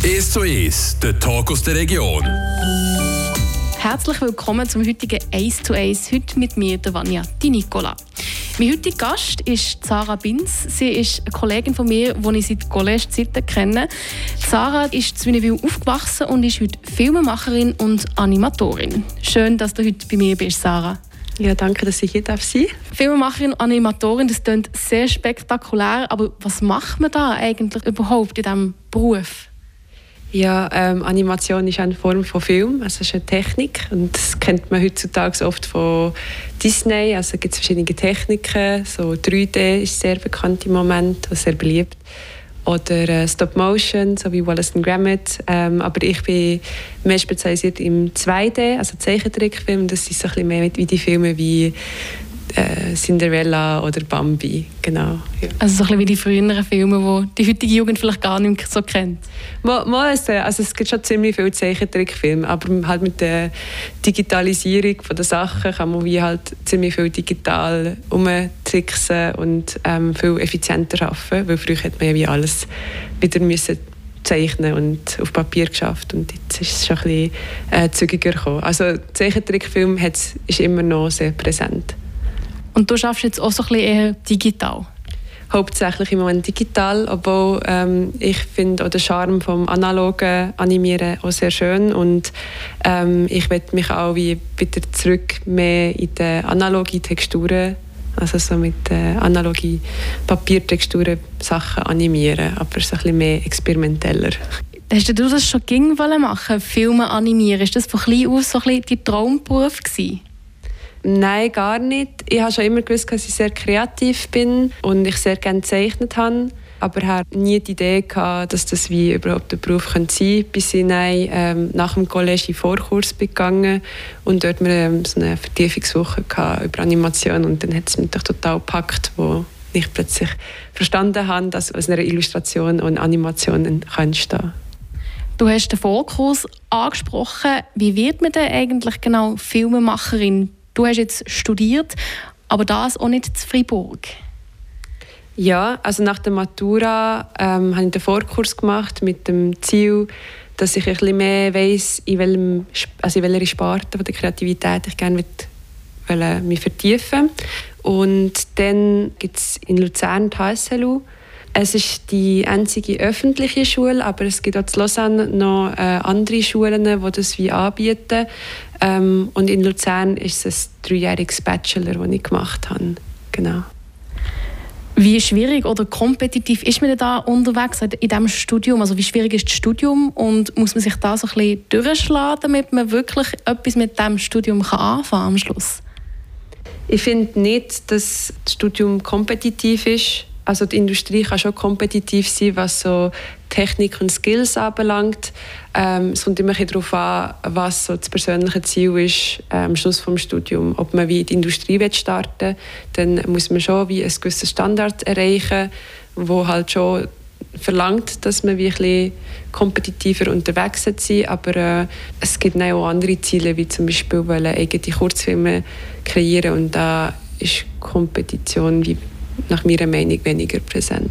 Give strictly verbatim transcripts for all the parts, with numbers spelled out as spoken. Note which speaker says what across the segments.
Speaker 1: eins zu eins, der Talk aus der Region.
Speaker 2: Herzlich willkommen zum heutigen eins zu eins. Heute mit mir, der Vanja Di Nicola. Mein heutiger Gast ist Sarah Binz. Sie ist eine Kollegin von mir, die ich seit College-Zeiten kenne. Sarah ist in Wünnewil aufgewachsen und ist heute Filmemacherin und Animatorin. Schön, dass du heute bei mir bist, Sarah.
Speaker 3: Ja, danke, dass ich hier sein darf.
Speaker 2: Filmemacherin und Animatorin, das klingt sehr spektakulär. Aber was macht man da eigentlich überhaupt in diesem Beruf?
Speaker 3: Ja, ähm, Animation ist eine Form von Film, also es ist eine Technik und das kennt man heutzutage oft von Disney, also gibt es verschiedene Techniken, so drei D ist sehr bekannt im Moment, sehr beliebt, oder äh, Stop Motion, so wie Wallace and Gromit, ähm, aber ich bin mehr spezialisiert im zwei D, also Zeichentrickfilm, das ist so ein bisschen mehr wie die Filme wie äh, Cinderella oder Bambi, genau. Ja.
Speaker 2: Also so ein bisschen wie die früheren Filme, die die heutige Jugend vielleicht gar nicht mehr so kennt.
Speaker 3: Mal, mal, also es gibt schon ziemlich viele Zeichentrickfilme, aber halt mit der Digitalisierung der Sachen kann man wie halt ziemlich viel digital umtricksen und ähm, viel effizienter arbeiten, weil früher hat man ja wie alles wieder müssen zeichnen und auf Papier geschafft und jetzt ist es schon ein bisschen äh, zügiger gekommen. Also Zeichentrickfilm ist immer noch sehr präsent.
Speaker 2: Und du schaffst jetzt auch so ein bisschen eher digital?
Speaker 3: Hauptsächlich im Moment digital, obwohl ähm, ich finde auch den Charme vom analogen Animieren auch sehr schön und ähm, ich will mich auch wie wieder zurück mehr in die analogen Texturen, also so mit äh, analogen Papiertexturen Sachen animieren, aber so ein bisschen mehr experimenteller.
Speaker 2: Hast du das schon gerne machen, Filme animieren? Ist das von klein aus so ein bisschen dein Traumberuf gewesen?
Speaker 3: Nein, gar nicht. Ich habe schon immer gewusst, dass ich sehr kreativ bin und ich sehr gerne gezeichnet habe. Aber ich hatte nie die Idee gehabt, dass das wie überhaupt ein Beruf sein könnte, bis ich dann, ähm, nach dem College in Vorkurs gegangen und dort wir ähm, so eine Vertiefungswoche gehabt über Animation und dann hat es mich doch total gepackt, wo ich plötzlich verstanden habe, dass aus einer Illustration und Animation entstehen kann.
Speaker 2: Du hast den Vorkurs angesprochen. Wie wird man denn eigentlich genau Filmemacherin? Du hast jetzt studiert, aber das auch nicht in Freiburg.
Speaker 3: Ja, also nach der Matura ähm, habe ich den Vorkurs gemacht mit dem Ziel, dass ich ein bisschen mehr weiss, in, welchem, also in welcher Sparte der Kreativität ich gerne will, mich vertiefen will. Und dann gibt es in Luzern die H S L U. Es ist die einzige öffentliche Schule, aber es gibt auch in Lausanne noch äh, andere Schulen, die das wie anbieten. Ähm, und in Luzern ist es ein dreijähriges Bachelor, das ich gemacht habe. Genau.
Speaker 2: Wie schwierig oder kompetitiv ist man da unterwegs in diesem Studium? Also wie schwierig ist das Studium und muss man sich da so ein bisschen durchschlagen, damit man wirklich etwas mit diesem Studium anfangen kann am Schluss?
Speaker 3: Ich finde nicht, dass das Studium kompetitiv ist. Also die Industrie kann schon kompetitiv sein, was so Technik und Skills anbelangt. Ähm, es kommt immer darauf an, was so das persönliche Ziel ist äh, am Schluss des Studiums. Ob man wie in die Industrie starten will, dann muss man schon wie einen gewissen Standard erreichen, wo halt schon verlangt, dass man wie ein bisschen kompetitiver unterwegs sein. Aber äh, es gibt auch andere Ziele, wie zum Beispiel eigene Kurzfilme kreieren und da ist Kompetition wie nach meiner Meinung weniger präsent.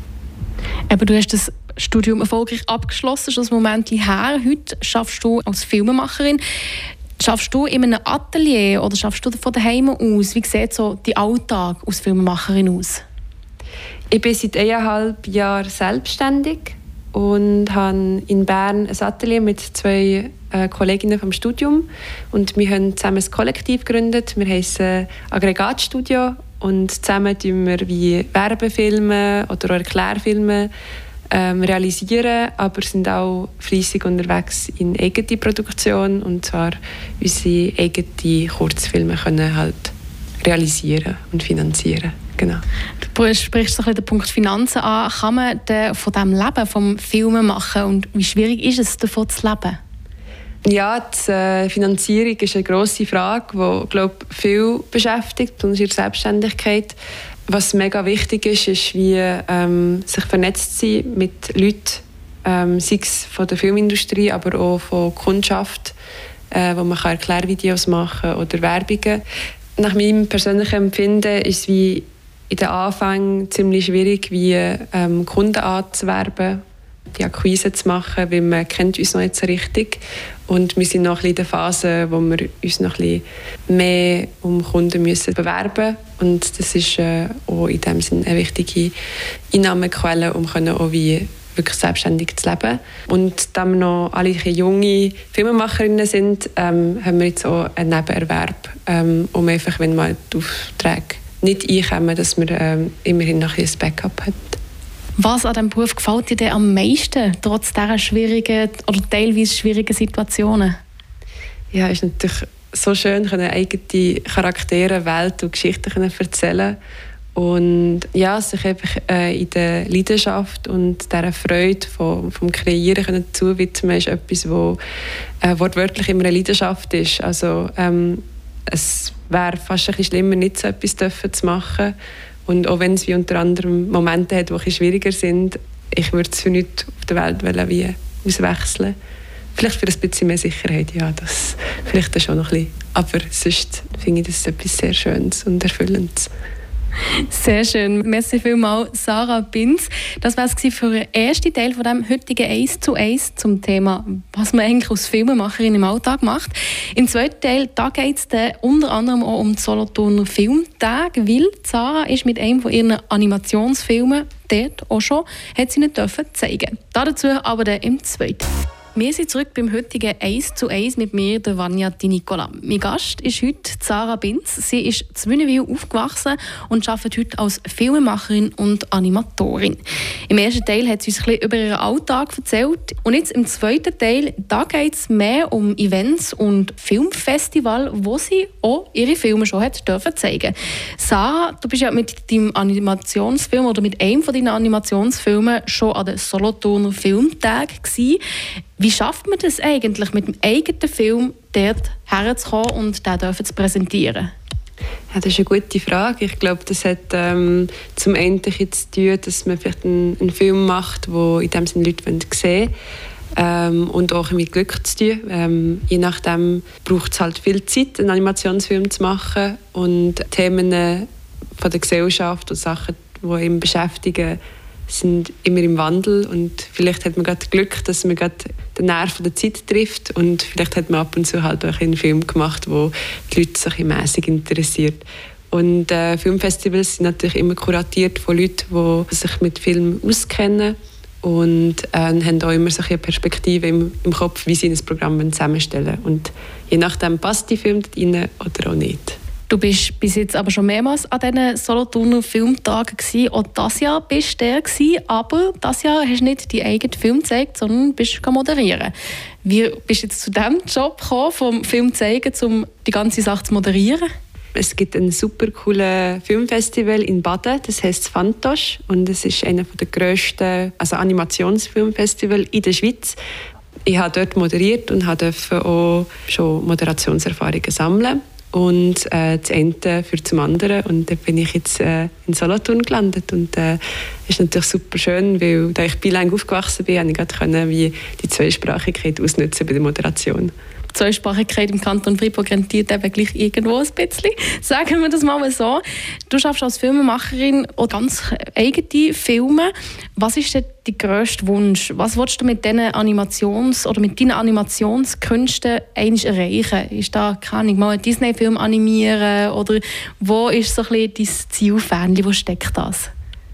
Speaker 2: Aber du hast das Studium erfolgreich abgeschlossen, schon ein Moment her. Heute arbeitest du als Filmemacherin. Schaffst du in einem Atelier oder schaffst du von daheim aus? Wie sieht so dein Alltag als Filmemacherin aus?
Speaker 3: Ich bin seit eineinhalb Jahren selbstständig und habe in Bern ein Atelier mit zwei äh, Kolleginnen vom Studium. Und wir haben zusammen ein Kollektiv gegründet. Wir heissen Aggregatstudio. Und zusammen tun wir wie Werbefilme oder Erklärfilme ähm, realisieren, aber sind auch fleissig unterwegs in eigene Produktion und zwar unsere eigenen Kurzfilme können halt realisieren und finanzieren. Genau.
Speaker 2: Du sprichst so ein bisschen den Punkt Finanzen an. Kann man denn von diesem Leben, vom Filmen machen und wie schwierig ist es, davon zu leben?
Speaker 3: Ja, die äh, Finanzierung ist eine grosse Frage, die, glaube ich, viel beschäftigt, und in der Selbstständigkeit. Was mega wichtig ist, ist, wie ähm, sich vernetzt zu sein mit Leuten, ähm, sei es von der Filmindustrie, aber auch von Kundschaft, äh, wo man kann Erklärvideos machen oder Werbungen. Nach meinem persönlichen Empfinden ist es wie in den Anfängen ziemlich schwierig, wie ähm, Kunden anzuwerben. die Akquise zu machen, weil man kennt uns noch nicht so richtig. Und wir sind noch ein bisschen in der Phase, wo wir uns noch ein bisschen mehr um Kunden müssen bewerben müssen. Und das ist äh, auch in dem Sinne eine wichtige Einnahmequelle, um können auch wie wirklich selbstständig zu leben. Und da wir noch alle junge Filmemacherinnen sind, ähm, haben wir jetzt auch einen Nebenerwerb, ähm, um einfach, wenn mal die Aufträge nicht einkommen, dass wir ähm, immerhin noch ein Backup haben.
Speaker 2: Was an diesem Beruf gefällt dir denn am meisten, trotz dieser schwierigen oder teilweise schwierigen Situationen?
Speaker 3: Ja, es ist natürlich so schön, eigene Charaktere, Welt und Geschichten erzählen. Und ja, sich einfach äh, in der Leidenschaft und dieser Freude vom, vom Kreieren zuwidmen, ist etwas, was äh, wortwörtlich immer eine Leidenschaft ist. Also ähm, es wäre fast ein bisschen schlimmer, nicht so etwas zu machen. Und auch wenn es wie unter anderem Momente hat, die ein bisschen schwieriger sind, ich würde es für nichts auf der Welt wollen, wie auswechseln. Vielleicht für ein bisschen mehr Sicherheit, ja, das vielleicht schon noch ein bisschen. Aber sonst finde ich das etwas sehr Schönes und Erfüllendes.
Speaker 2: Sehr schön. Merci vielmals, Sarah Binz. Das war es für den ersten Teil von dem heutigen eins zu eins zum Thema, was man eigentlich als Filmemacherin im Alltag macht. Im zweiten Teil geht es unter anderem auch um die Solothurner Filmtage, weil Sarah ist mit einem von ihren Animationsfilmen dort auch schon, hat sie nicht dürfen zeigen. Dazu aber dann im zweiten. Wir sind zurück beim heutigen eins zu eins mit mir, der Vania Di Nicola. Mein Gast ist heute Sarah Binz. Sie ist in Wünnewil aufgewachsen und arbeitet heute als Filmemacherin und Animatorin. Im ersten Teil hat sie uns ein bisschen über ihren Alltag erzählt. Und jetzt im zweiten Teil geht es mehr um Events und Filmfestival, wo sie auch ihre Filme schon hat dürfen zeigen. Sarah, du bist ja mit deinem Animationsfilm oder mit einem von deinen Animationsfilmen schon an den Solothurner Filmtagen gewesen. Wie schafft man das eigentlich, mit dem eigenen Film dort herzukommen und den zu präsentieren?
Speaker 3: Ja, das ist eine gute Frage. Ich glaube, das hat ähm, zum einen zu tun, dass man vielleicht einen, einen Film macht, wo in dem Sinne Leute sehen wollen. Ähm, und auch mit Glück zu tun. Ähm, je nachdem braucht es halt viel Zeit, einen Animationsfilm zu machen. Und Themen von der Gesellschaft und Sachen, die ihn beschäftigen, sind immer im Wandel und vielleicht hat man gerade Glück, dass man gerade den Nerv der Zeit trifft und vielleicht hat man ab und zu halt auch einen Film gemacht, wo die Leute sich mäßig interessiert. Und äh, Filmfestivals sind natürlich immer kuratiert von Leuten, die sich mit Film auskennen und äh, haben auch immer so eine Perspektive im, im Kopf, wie sie ein Programm zusammenstellen. Und je nachdem passt die Film dort rein oder auch nicht.
Speaker 2: Du bist bis jetzt aber schon mehrmals an diesen Solothurner Filmtagen gewesen. Auch dieses Jahr bist du der gewesen, aber dieses Jahr hast du nicht deinen eigenen Film gezeigt, sondern bist moderieren. Wie bist du jetzt zu diesem Job gekommen, vom Film zeigen, um die ganze Sache zu moderieren?
Speaker 3: Es gibt ein super cooles Filmfestival in Baden, das heisst Fantosch und es ist einer der grössten also Animationsfilmfestivals in der Schweiz. Ich habe dort moderiert und durfte auch schon Moderationserfahrungen sammeln. Und äh, das eine führt zum anderen. Und dann bin ich jetzt äh, in Solothurn gelandet. Und das äh, ist natürlich super schön, weil da ich bilingue aufgewachsen bin, konnte ich gerade wie die Zweisprachigkeit ausnutzen bei der Moderation.
Speaker 2: Die Zweisprachigkeit im Kanton Freiburg rentiert eben gleich irgendwo ein bisschen. Sagen wir das mal so. Du schaffst als Filmemacherin auch ganz eigene Filme. Was ist denn dein grösster Wunsch? Was willst du mit diesen Animations- oder mit deinen Animationskünsten eigentlich erreichen? Ist da, keine Ahnung, mal einen Disney-Film animieren? Oder wo ist so ein bisschen dein Zielfähnchen? Wo steckt das?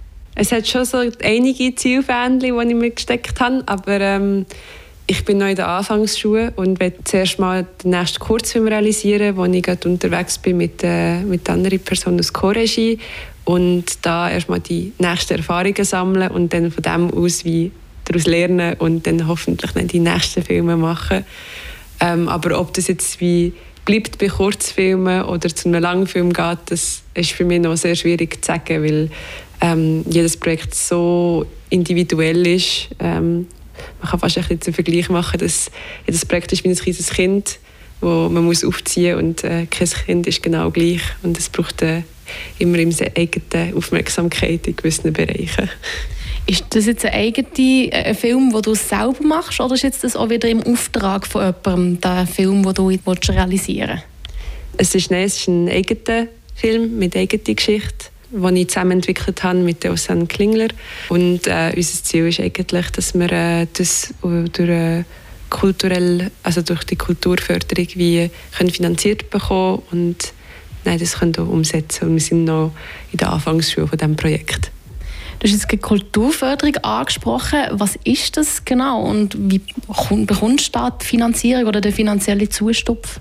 Speaker 3: Es hat schon so einige Zielfähnchen, die ich mir gesteckt habe, aber ähm ich bin noch in der Anfangsschule und werde zuerst mal den nächsten Kurzfilm realisieren, wo ich gerade unterwegs bin mit, äh, mit anderen Personen aus Co-Regie und da erstmal die nächsten Erfahrungen sammeln und dann von dem aus wie daraus lernen und dann hoffentlich dann die nächsten Filme machen. Ähm, aber ob das jetzt wie bleibt bei Kurzfilmen oder zu einem Langfilm geht, das ist für mich noch sehr schwierig zu sagen, weil ähm, jedes Projekt so individuell ist. Ähm, Man kann fast ein bisschen den Vergleich machen, dass jedes Projekt ist wie ein kleines Kind, das man muss aufziehen muss. Und äh, kein Kind ist genau gleich. Und es braucht äh, immer eine eigene Aufmerksamkeit in gewissen Bereichen.
Speaker 2: Ist das jetzt ein eigener äh, Film, den du selber machst? Oder ist jetzt das auch wieder im Auftrag von jemandem, der Film, den du realisieren willst?
Speaker 3: Es ist, nein, es ist ein eigener Film mit eigener Geschichte. die ich zusammen entwickelt habe mit der Osanne Klingler. Und äh, unser Ziel ist eigentlich, dass wir äh, das durch, äh, kulturell, also durch die Kulturförderung wie können finanziert bekommen und nein, das können wir umsetzen. Und wir sind noch in der Anfangsschule von diesem Projekt.
Speaker 2: Du hast jetzt die Kulturförderung angesprochen. Was ist das genau und wie bekommst du die Finanzierung oder den finanziellen Zustupf?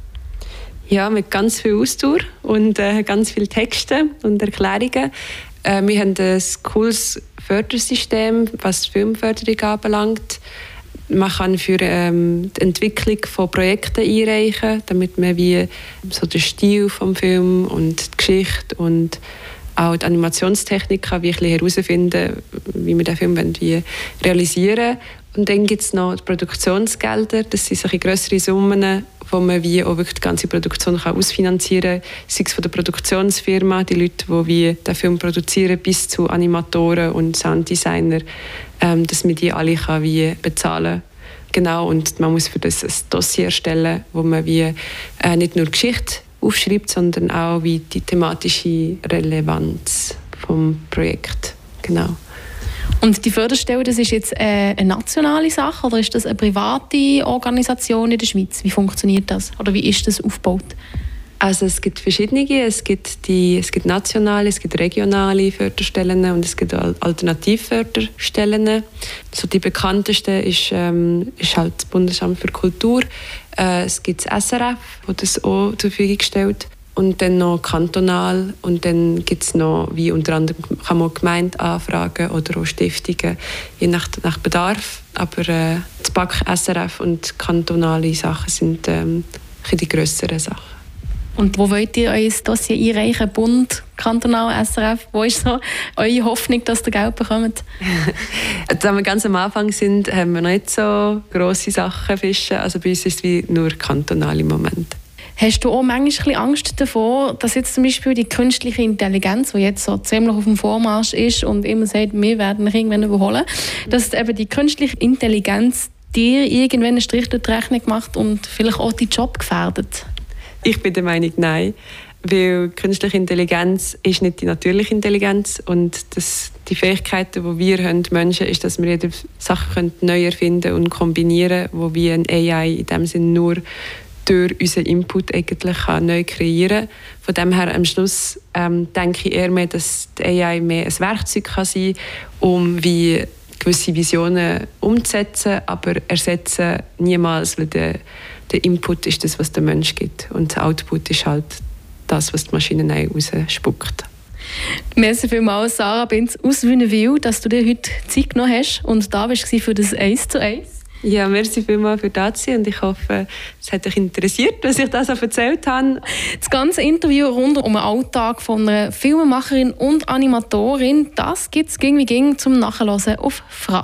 Speaker 3: Ja, mit ganz viel Ausdauer und äh, ganz vielen Texten und Erklärungen. Äh, wir haben ein cooles Fördersystem, was die Filmförderung anbelangt. Man kann für ähm, die Entwicklung von Projekten einreichen, damit man wie so den Stil vom Film und die Geschichte und auch die Animationstechnik kann wie herausfinden, wie wir den Film wie realisieren. Und dann gibt es noch die Produktionsgelder. Das sind solche grössere Summen, wo man wie auch wirklich die ganze Produktion kann ausfinanzieren kann. Sei es von der Produktionsfirma, die Leute, die wie den Film produzieren, bis zu Animatoren und Sounddesigner, ähm, dass man die alle kann wie bezahlen kann. Genau, und man muss für das ein Dossier erstellen, wo man wie äh, nicht nur Geschichte aufschreibt, sondern auch wie die thematische Relevanz vom Projekt. Genau.
Speaker 2: Und die Förderstelle, das ist jetzt eine nationale Sache oder ist das eine private Organisation in der Schweiz? Wie funktioniert das oder wie ist das aufgebaut?
Speaker 3: Also es gibt verschiedene. Es gibt, die, es gibt nationale, es gibt regionale Förderstellen und es gibt Alternativförderstellen. So die bekannteste ist, ähm, ist halt das Bundesamt für Kultur. Äh, es gibt das S R F, das das auch zur Verfügung stellt. Und dann noch kantonal und dann gibt es noch, wie unter anderem kann man Gemeinden anfragen oder auch Stiftungen, je nach, nach Bedarf. Aber äh, das B A K, S R F und kantonale Sachen sind ähm, die grösseren Sachen.
Speaker 2: Und wo wollt ihr euer Dossier einreichen? Bund, kantonal, S R F? Wo ist so eure Hoffnung, dass ihr Geld bekommt?
Speaker 3: Als wir ganz am Anfang sind, haben wir noch nicht so grosse Sachen fischen. Also bei uns ist es wie nur kantonal im Moment.
Speaker 2: Hast du auch manchmal Angst davor, dass jetzt zum Beispiel die künstliche Intelligenz, die jetzt so ziemlich auf dem Vormarsch ist und immer sagt, wir werden dich irgendwann überholen, dass eben die künstliche Intelligenz dir irgendwann einen Strich durch die Rechnung macht und vielleicht auch deinen Job gefährdet?
Speaker 3: Ich bin der Meinung, nein. Weil künstliche Intelligenz ist nicht die natürliche Intelligenz und das, die Fähigkeiten, die wir haben, Menschen, ist, dass wir jede Sache neu erfinden und kombinieren können, die wie ein A I in dem Sinne nur durch unseren Input eigentlich kann neu kreieren kann. Von dem her am Schluss ähm, denke ich eher mehr, dass die A I mehr ein Werkzeug kann sein kann, um wie gewisse Visionen umzusetzen, aber ersetzen niemals, weil der, der Input ist das, was der Mensch gibt und der Output ist halt das, was die Maschine rausspuckt.
Speaker 2: Merci vielmals, Sarah Binz aus Wünnewil, dass du dir heute Zeit genommen hast und da warst für das eins zu eins.
Speaker 3: Ja, merci vielmals für das und ich hoffe, es hat euch interessiert, was ich da so erzählt habe.
Speaker 2: Das ganze Interview rund um den Alltag von einer Filmemacherin und Animatorin, das gibt es ging wie ging zum Nachhören auf Frage.